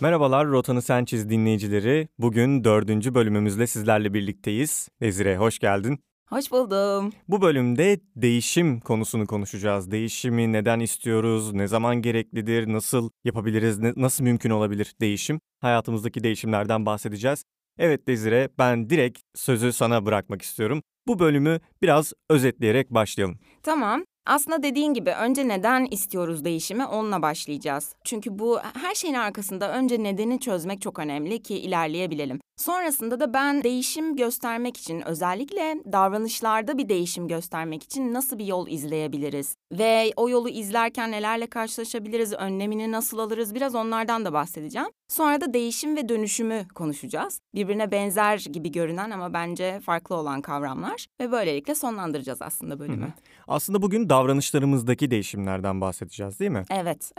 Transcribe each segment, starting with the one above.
Merhabalar, Rotanı Sen Çiz dinleyicileri. Bugün 4. bölümümüzle sizlerle birlikteyiz. Desire, hoş geldin. Hoş buldum. Bu bölümde değişim konusunu konuşacağız. Değişimi neden istiyoruz, ne zaman gereklidir, nasıl yapabiliriz, nasıl mümkün olabilir değişim? Hayatımızdaki değişimlerden bahsedeceğiz. Evet Desire, ben direkt sözü sana bırakmak istiyorum. Bu bölümü biraz özetleyerek başlayalım. Tamam. Aslında dediğin gibi önce neden istiyoruz değişimi onunla başlayacağız. Çünkü bu her şeyin arkasında önce nedeni çözmek çok önemli ki ilerleyebilelim. Sonrasında da ben değişim göstermek için özellikle davranışlarda bir değişim göstermek için nasıl bir yol izleyebiliriz? Ve o yolu izlerken nelerle karşılaşabiliriz, önlemini nasıl alırız biraz onlardan da bahsedeceğim. Sonra da değişim ve dönüşümü konuşacağız. Birbirine benzer gibi görünen ama bence farklı olan kavramlar ve böylelikle sonlandıracağız aslında bölümü. Aslında bugün davranışlarımızdaki değişimlerden bahsedeceğiz, değil mi? Evet.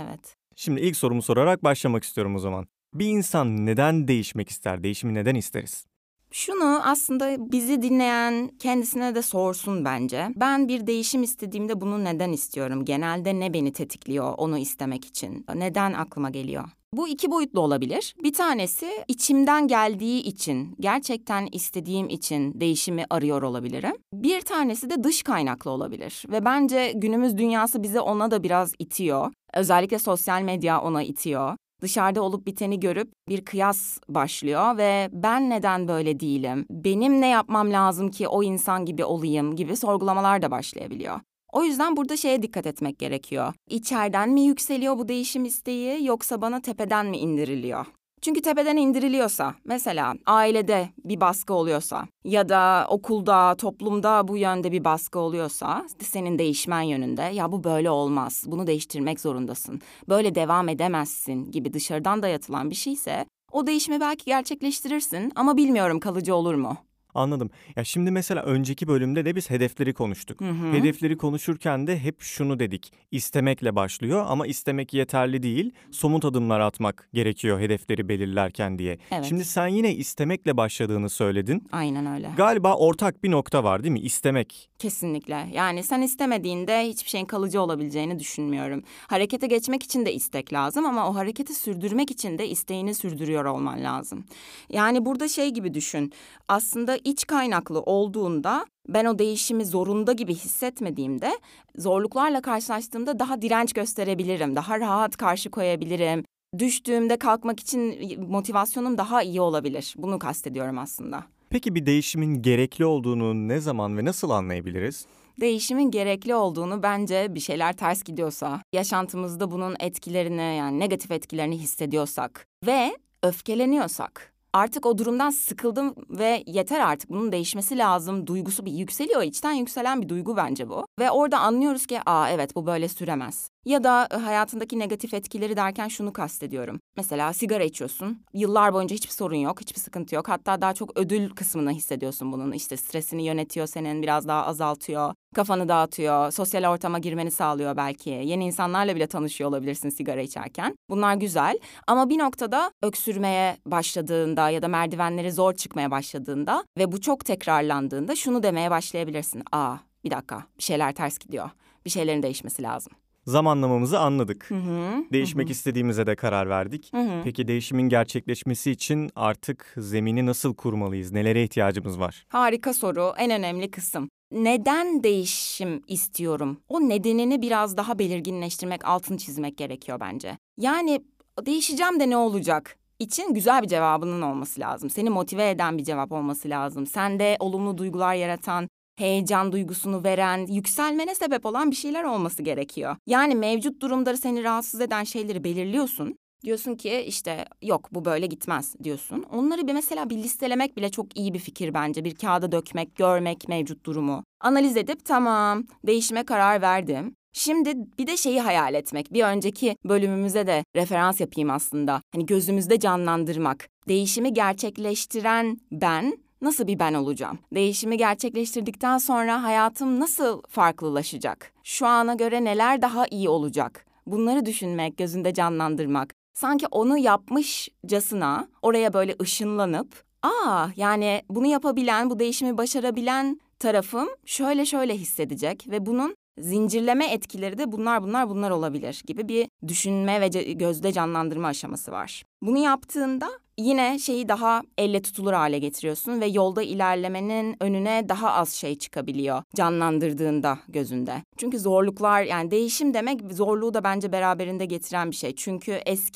Şimdi ilk sorumu sorarak başlamak istiyorum o zaman. Bir insan neden değişmek ister? Değişimi neden isteriz? Şunu aslında bizi dinleyen kendisine de sorsun bence. Ben bir değişim istediğimde bunu neden istiyorum? Genelde ne beni tetikliyor onu istemek için? Neden aklıma geliyor? Bu iki boyutlu olabilir. Bir tanesi içimden geldiği için, gerçekten istediğim için değişimi arıyor olabilirim. Bir tanesi de dış kaynaklı olabilir. Ve bence günümüz dünyası bizi ona da biraz itiyor. Özellikle sosyal medya ona itiyor. Dışarıda olup biteni görüp bir kıyas başlıyor ve ben neden böyle değilim? Benim ne yapmam lazım ki o insan gibi olayım gibi sorgulamalar da başlayabiliyor. O yüzden burada şeye dikkat etmek gerekiyor. İçeriden mi yükseliyor bu değişim isteği yoksa bana tepeden mi indiriliyor? Çünkü tepeden indiriliyorsa, mesela ailede bir baskı oluyorsa ya da okulda, toplumda bu yönde bir baskı oluyorsa senin değişmen yönünde ya bu böyle olmaz, bunu değiştirmek zorundasın, böyle devam edemezsin gibi dışarıdan dayatılan bir şeyse o değişimi belki gerçekleştirirsin ama bilmiyorum kalıcı olur mu? Anladım. Ya şimdi mesela önceki bölümde de biz hedefleri konuştuk. Hedefleri konuşurken de hep şunu dedik. İstemekle başlıyor ama istemek yeterli değil. Somut adımlar atmak gerekiyor hedefleri belirlerken diye. Evet. Şimdi sen yine istemekle başladığını söyledin. Aynen öyle. Galiba ortak bir nokta var değil mi? İstemek. Kesinlikle. Yani sen istemediğinde hiçbir şeyin kalıcı olabileceğini düşünmüyorum. Harekete geçmek için de istek lazım ama o hareketi sürdürmek için de isteğini sürdürüyor olman lazım. Yani burada şey gibi düşün. Aslında iç kaynaklı olduğunda ben o değişimi zorunda gibi hissetmediğimde zorluklarla karşılaştığımda daha direnç gösterebilirim. Daha rahat karşı koyabilirim. Düştüğümde kalkmak için motivasyonum daha iyi olabilir. Bunu kastediyorum aslında. Peki bir değişimin gerekli olduğunu ne zaman ve nasıl anlayabiliriz? Değişimin gerekli olduğunu bence bir şeyler ters gidiyorsa, yaşantımızda bunun etkilerini yani negatif etkilerini hissediyorsak ve öfkeleniyorsak, artık o durumdan sıkıldım ve yeter artık bunun değişmesi lazım duygusu bir yükseliyor. İçten yükselen bir duygu bence bu. Ve orada anlıyoruz ki evet bu böyle süremez. Ya da hayatındaki negatif etkileri derken şunu kastediyorum. Mesela sigara içiyorsun. Yıllar boyunca hiçbir sorun yok, hiçbir sıkıntı yok. Hatta daha çok ödül kısmını hissediyorsun bunun. İşte stresini yönetiyor senin, biraz daha azaltıyor. Kafanı dağıtıyor, sosyal ortama girmeni sağlıyor belki. Yeni insanlarla bile tanışıyor olabilirsin sigara içerken. Bunlar güzel ama bir noktada öksürmeye başladığında ya da merdivenleri zor çıkmaya başladığında ve bu çok tekrarlandığında şunu demeye başlayabilirsin. Bir dakika, bir şeyler ters gidiyor. Bir şeylerin değişmesi lazım. Zamanlamamızı anladık. Değişmek istediğimize de karar verdik. Peki değişimin gerçekleşmesi için artık zemini nasıl kurmalıyız? Nelere ihtiyacımız var? Harika soru, en önemli kısım. Neden değişim istiyorum? O nedenini biraz daha belirginleştirmek, altını çizmek gerekiyor bence. Yani değişeceğim de ne olacak? İçin güzel bir cevabının olması lazım. Seni motive eden bir cevap olması lazım. Sende olumlu duygular yaratan, heyecan duygusunu veren, yükselmene sebep olan bir şeyler olması gerekiyor. Yani mevcut durumda seni rahatsız eden şeyleri belirliyorsun. Diyorsun ki işte yok bu böyle gitmez diyorsun. Onları mesela bir listelemek bile çok iyi bir fikir bence. Bir kağıda dökmek, görmek mevcut durumu. Analiz edip tamam değişime karar verdim. Şimdi bir de şeyi hayal etmek. Bir önceki bölümümüze de referans yapayım aslında. Hani gözümüzde canlandırmak. Değişimi gerçekleştiren ben nasıl bir ben olacağım? Değişimi gerçekleştirdikten sonra hayatım nasıl farklılaşacak? Şu ana göre neler daha iyi olacak? Bunları düşünmek, gözünde canlandırmak. Sanki onu yapmışcasına oraya böyle ışınlanıp, yani bunu yapabilen, bu değişimi başarabilen tarafım şöyle şöyle hissedecek ve bunun zincirleme etkileri de bunlar olabilir gibi bir düşünme ve gözde canlandırma aşaması var. Bunu yaptığında yine şeyi daha elle tutulur hale getiriyorsun ve yolda ilerlemenin önüne daha az şey çıkabiliyor canlandırdığında gözünde. Çünkü zorluklar, yani değişim demek zorluğu da bence beraberinde getiren bir şey. Çünkü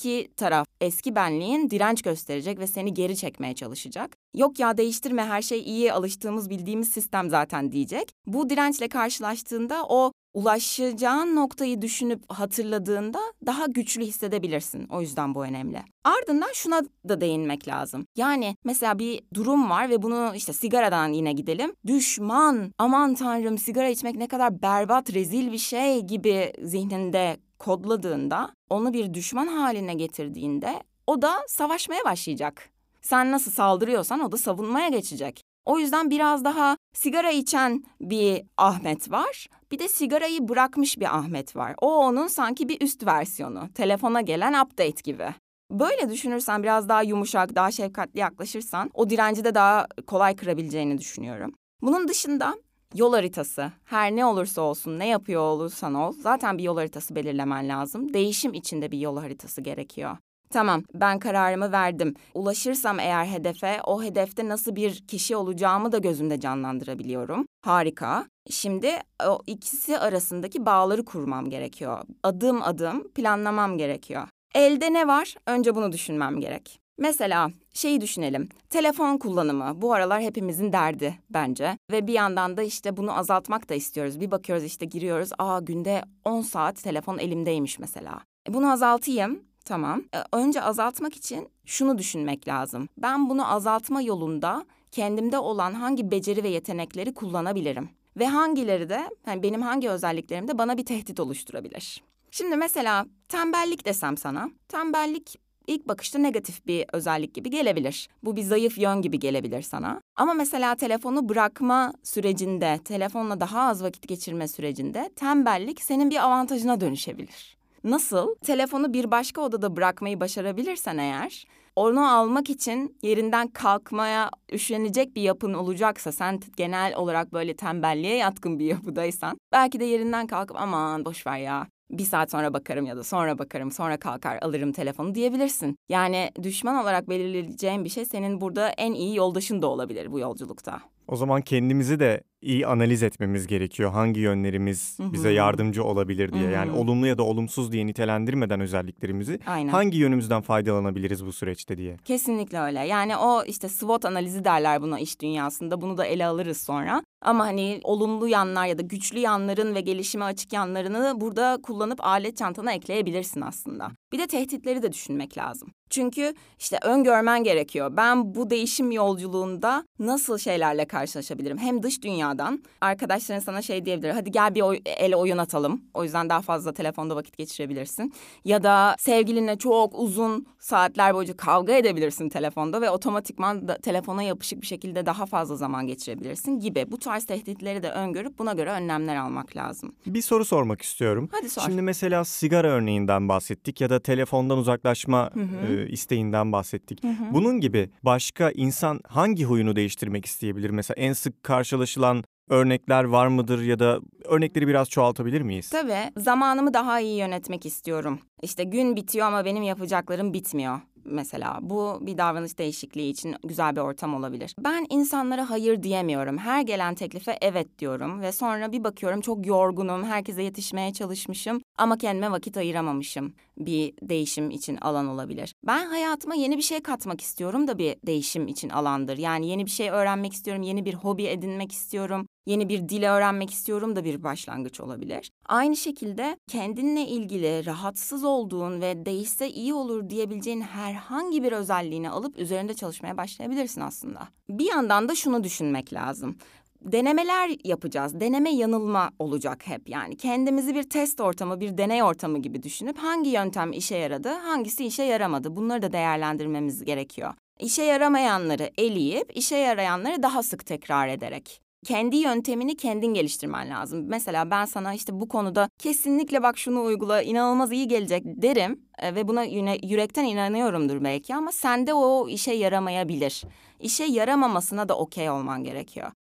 eski benliğin direnç gösterecek ve seni geri çekmeye çalışacak. Yok ya, değiştirme, her şey iyi, alıştığımız bildiğimiz sistem zaten diyecek. Bu dirençle karşılaştığında o ulaşacağın noktayı düşünüp hatırladığında daha güçlü hissedebilirsin. O yüzden bu önemli. Ardından şuna da değinmek lazım. Yani mesela bir durum var ve bunu işte sigaradan yine gidelim. Düşman, aman tanrım sigara içmek ne kadar berbat, rezil bir şey gibi zihninde kodladığında, onu bir düşman haline getirdiğinde o da savaşmaya başlayacak. Sen nasıl saldırıyorsan o da savunmaya geçecek. O yüzden biraz daha sigara içen bir Ahmet var. Bir de sigarayı bırakmış bir Ahmet var. O onun sanki bir üst versiyonu. Telefona gelen update gibi. Böyle düşünürsen, biraz daha yumuşak, daha şefkatli yaklaşırsan o direnci de daha kolay kırabileceğini düşünüyorum. Bunun dışında yol haritası. Her ne olursa olsun, ne yapıyor olursan ol, zaten bir yol haritası belirlemen lazım. Değişim içinde bir yol haritası gerekiyor. Tamam, ben kararımı verdim. Ulaşırsam eğer hedefe, o hedefte nasıl bir kişi olacağımı da gözümde canlandırabiliyorum. Harika. Şimdi o ikisi arasındaki bağları kurmam gerekiyor. Adım adım planlamam gerekiyor. Elde ne var? Önce bunu düşünmem gerek. Mesela şeyi düşünelim. Telefon kullanımı bu aralar hepimizin derdi bence. Ve bir yandan da işte bunu azaltmak da istiyoruz. Bir bakıyoruz işte giriyoruz. Günde 10 saat telefon elimdeymiş mesela. Bunu azaltayım. Tamam. Önce azaltmak için şunu düşünmek lazım. Ben bunu azaltma yolunda kendimde olan hangi beceri ve yetenekleri kullanabilirim? Ve hangileri de, yani benim hangi özelliklerim de bana bir tehdit oluşturabilir? Şimdi mesela tembellik desem sana. Tembellik ilk bakışta negatif bir özellik gibi gelebilir. Bu bir zayıf yön gibi gelebilir sana. Ama mesela telefonu bırakma sürecinde, telefonla daha az vakit geçirme sürecinde tembellik senin bir avantajına dönüşebilir. Nasıl? Telefonu bir başka odada bırakmayı başarabilirsen eğer, onu almak için yerinden kalkmaya üşenecek bir yapın olacaksa, sen genel olarak böyle tembelliğe yatkın bir yapıdaysan, belki de yerinden kalkıp aman boş ver ya, bir saat sonra bakarım ya da sonra bakarım, sonra kalkar alırım telefonu diyebilirsin. Yani düşman olarak belirleyeceğin bir şey senin burada en iyi yoldaşın da olabilir bu yolculukta. O zaman kendimizi de iyi analiz etmemiz gerekiyor. Hangi yönlerimiz bize yardımcı olabilir diye. Yani olumlu ya da olumsuz diye nitelendirmeden özelliklerimizi, Aynen. hangi yönümüzden faydalanabiliriz bu süreçte diye. Kesinlikle öyle. Yani o işte SWOT analizi derler buna iş dünyasında. Bunu da ele alırız sonra. Ama hani olumlu yanlar ya da güçlü yanların ve gelişime açık yanlarını burada kullanıp alet çantana ekleyebilirsin aslında. Bir de tehditleri de düşünmek lazım. Çünkü işte öngörmen gerekiyor. Ben bu değişim yolculuğunda nasıl şeylerle karşılaşabilirim? Hem dış dünyadan, arkadaşların sana şey diyebilir. Hadi gel bir el oyun atalım. O yüzden daha fazla telefonda vakit geçirebilirsin. Ya da sevgilinle çok uzun saatler boyunca kavga edebilirsin telefonda ve otomatikman da telefona yapışık bir şekilde daha fazla zaman geçirebilirsin gibi. Bu tarz tehditleri de öngörüp buna göre önlemler almak lazım. Bir soru sormak istiyorum. Hadi sor. Şimdi mesela sigara örneğinden bahsettik ya da telefondan uzaklaşma isteğinden bahsettik. Bunun gibi başka insan hangi huyunu değiştirmek isteyebilir? Mesela en sık karşılaşılan örnekler var mıdır ya da örnekleri biraz çoğaltabilir miyiz? Tabii, zamanımı daha iyi yönetmek istiyorum. İşte gün bitiyor ama benim yapacaklarım bitmiyor. Mesela bu bir davranış değişikliği için güzel bir ortam olabilir. Ben insanlara hayır diyemiyorum. Her gelen teklife evet diyorum ve sonra bir bakıyorum çok yorgunum, herkese yetişmeye çalışmışım ama kendime vakit ayıramamışım. Bir değişim için alan olabilir. Ben hayatıma yeni bir şey katmak istiyorum da bir değişim için alandır. Yani yeni bir şey öğrenmek istiyorum, yeni bir hobi edinmek istiyorum. Yeni bir dil öğrenmek istiyorum da bir başlangıç olabilir. Aynı şekilde kendinle ilgili rahatsız olduğun ve değişse iyi olur diyebileceğin herhangi bir özelliğini alıp üzerinde çalışmaya başlayabilirsin aslında. Bir yandan da şunu düşünmek lazım. Denemeler yapacağız. Deneme yanılma olacak hep yani. Kendimizi bir test ortamı, bir deney ortamı gibi düşünüp hangi yöntem işe yaradı, hangisi işe yaramadı bunları da değerlendirmemiz gerekiyor. İşe yaramayanları eleyip, işe yarayanları daha sık tekrar ederek. Kendi yöntemini kendin geliştirmen lazım. Mesela ben sana işte bu konuda kesinlikle bak şunu uygula, inanılmaz iyi gelecek derim ve buna yürekten inanıyorumdur belki ama sende o işe yaramayabilir. İşe yaramamasına da okey olman gerekiyor.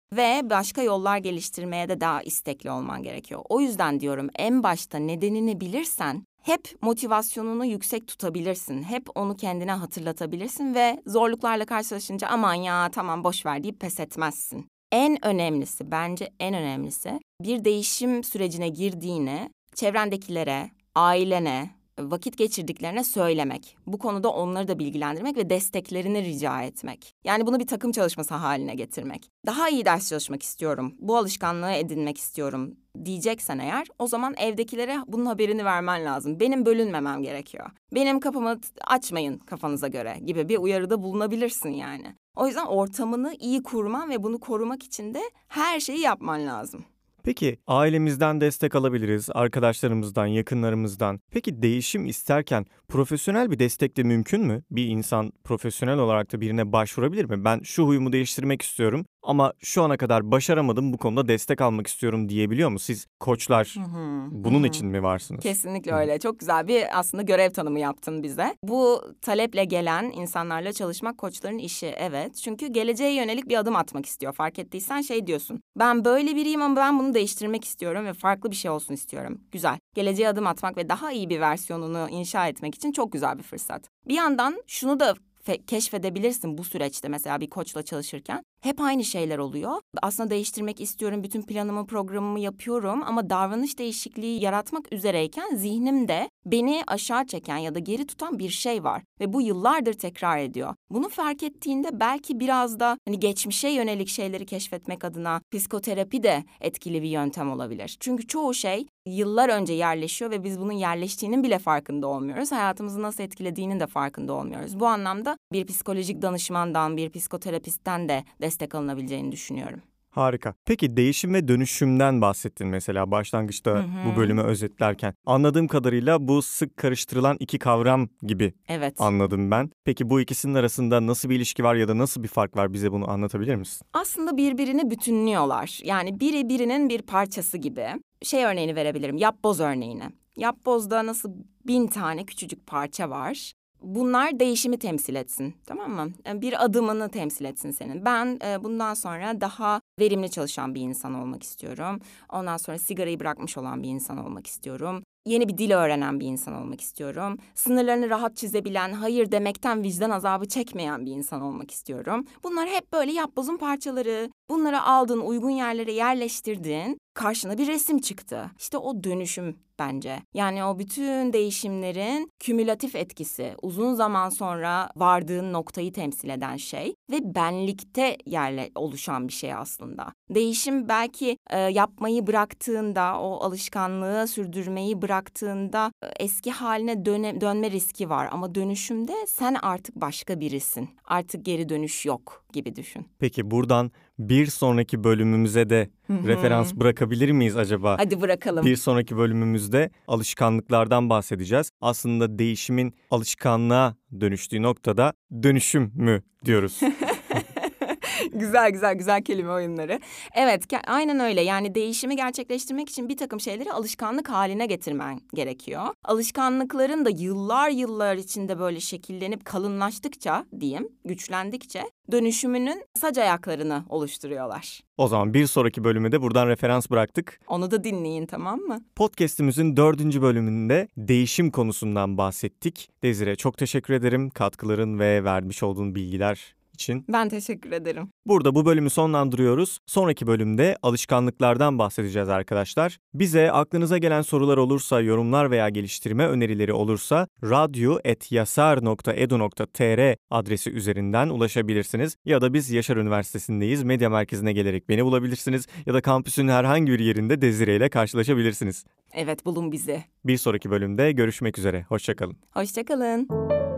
ve başka yollar geliştirmeye de daha istekli olman gerekiyor. O yüzden diyorum en başta nedenini bilirsen hep motivasyonunu yüksek tutabilirsin. Hep onu kendine hatırlatabilirsin ve zorluklarla karşılaşınca aman ya tamam boş ver deyip pes etmezsin. En önemlisi, bence en önemlisi bir değişim sürecine girdiğini çevrendekilere, ailene, vakit geçirdiklerine söylemek. Bu konuda onları da bilgilendirmek ve desteklerini rica etmek. Yani bunu bir takım çalışması haline getirmek. Daha iyi ders çalışmak istiyorum, bu alışkanlığı edinmek istiyorum diyeceksen eğer, o zaman evdekilere bunun haberini vermen lazım. Benim bölünmemem gerekiyor. Benim kapımı açmayın kafanıza göre gibi bir uyarıda bulunabilirsin yani. O yüzden ortamını iyi kurman ve bunu korumak için de her şeyi yapman lazım. Peki ailemizden destek alabiliriz, arkadaşlarımızdan, yakınlarımızdan. Peki değişim isterken profesyonel bir destek de mümkün mü? Bir insan profesyonel olarak da birine başvurabilir mi? Ben şu huyumu değiştirmek istiyorum ama şu ana kadar başaramadım, bu konuda destek almak istiyorum diyebiliyor mu? Siz koçlar bunun için mi varsınız? Kesinlikle öyle. Çok güzel bir aslında görev tanımı yaptın bize. Bu taleple gelen insanlarla çalışmak koçların işi, evet. Çünkü geleceğe yönelik bir adım atmak istiyor. Fark ettiysen şey diyorsun. Ben böyle biriyim ama ben bunu değiştirmek istiyorum ve farklı bir şey olsun istiyorum. Güzel. Geleceğe adım atmak ve daha iyi bir versiyonunu inşa etmek için çok güzel bir fırsat. Bir yandan şunu da keşfedebilirsin bu süreçte, mesela bir koçla çalışırken. Hep aynı şeyler oluyor. Aslında değiştirmek istiyorum, bütün planımı, programımı yapıyorum ama davranış değişikliği yaratmak üzereyken zihnimde beni aşağı çeken ya da geri tutan bir şey var ve bu yıllardır tekrar ediyor. Bunu fark ettiğinde belki biraz da geçmişe yönelik şeyleri keşfetmek adına psikoterapi de etkili bir yöntem olabilir. Çünkü çoğu şey yıllar önce yerleşiyor ve biz bunun yerleştiğinin bile farkında olmuyoruz. Hayatımızı nasıl etkilediğinin de farkında olmuyoruz. Bu anlamda bir psikolojik danışmandan, bir psikoterapistten de destek alınabileceğini düşünüyorum. Harika. Peki değişim ve dönüşümden bahsettin mesela başlangıçta bu bölümü özetlerken. Anladığım kadarıyla bu sık karıştırılan iki kavram gibi anladım ben. Peki bu ikisinin arasında nasıl bir ilişki var ya da nasıl bir fark var, bize bunu anlatabilir misin? Aslında birbirini bütünlüyorlar. Yani biri birinin bir parçası gibi. Örneğini verebilirim, yapboz örneğini. Yapbozda nasıl 1000 tane küçücük parça var. Bunlar değişimi temsil etsin, tamam mı? Bir adımını temsil etsin senin. Ben bundan sonra daha verimli çalışan bir insan olmak istiyorum. Ondan sonra sigarayı bırakmış olan bir insan olmak istiyorum. Yeni bir dil öğrenen bir insan olmak istiyorum. Sınırlarını rahat çizebilen, hayır demekten vicdan azabı çekmeyen bir insan olmak istiyorum. Bunlar hep böyle yapbozun parçaları. Bunları aldın, uygun yerlere yerleştirdin. Karşına bir resim çıktı. İşte o dönüşüm bence. Yani o bütün değişimlerin kümülatif etkisi, uzun zaman sonra vardığın noktayı temsil eden şey ve benlikte oluşan bir şey aslında. Değişim belki yapmayı bıraktığında, o alışkanlığı sürdürmeyi bıraktığında eski haline dönme riski var. Ama dönüşümde sen artık başka birisin. Artık geri dönüş yok gibi düşün. Peki buradan bir sonraki bölümümüze de referans bırakabilir miyiz acaba? Hadi bırakalım. Bir sonraki bölümümüzde alışkanlıklardan bahsedeceğiz. Aslında değişimin alışkanlığa dönüştüğü noktada dönüşüm mü diyoruz? Güzel kelime oyunları. Evet, aynen öyle. Yani değişimi gerçekleştirmek için bir takım şeyleri alışkanlık haline getirmen gerekiyor. Alışkanlıkların da yıllar içinde böyle şekillenip kalınlaştıkça diyeyim, güçlendikçe dönüşümünün sac ayaklarını oluşturuyorlar. O zaman bir sonraki bölüme de buradan referans bıraktık. Onu da dinleyin, tamam mı? Podcast'imizin 4. bölümünde değişim konusundan bahsettik. Desire, çok teşekkür ederim katkıların ve vermiş olduğun bilgiler için. Ben teşekkür ederim. Burada bu bölümü sonlandırıyoruz. Sonraki bölümde alışkanlıklardan bahsedeceğiz arkadaşlar. Bize aklınıza gelen sorular olursa, yorumlar veya geliştirme önerileri olursa radyo@yasar.edu.tr adresi üzerinden ulaşabilirsiniz. Ya da biz Yaşar Üniversitesi'ndeyiz. Medya Merkezi'ne gelerek beni bulabilirsiniz. Ya da kampüsün herhangi bir yerinde Desire ile karşılaşabilirsiniz. Evet, bulun bizi. Bir sonraki bölümde görüşmek üzere. Hoşça kalın. Hoşça kalın.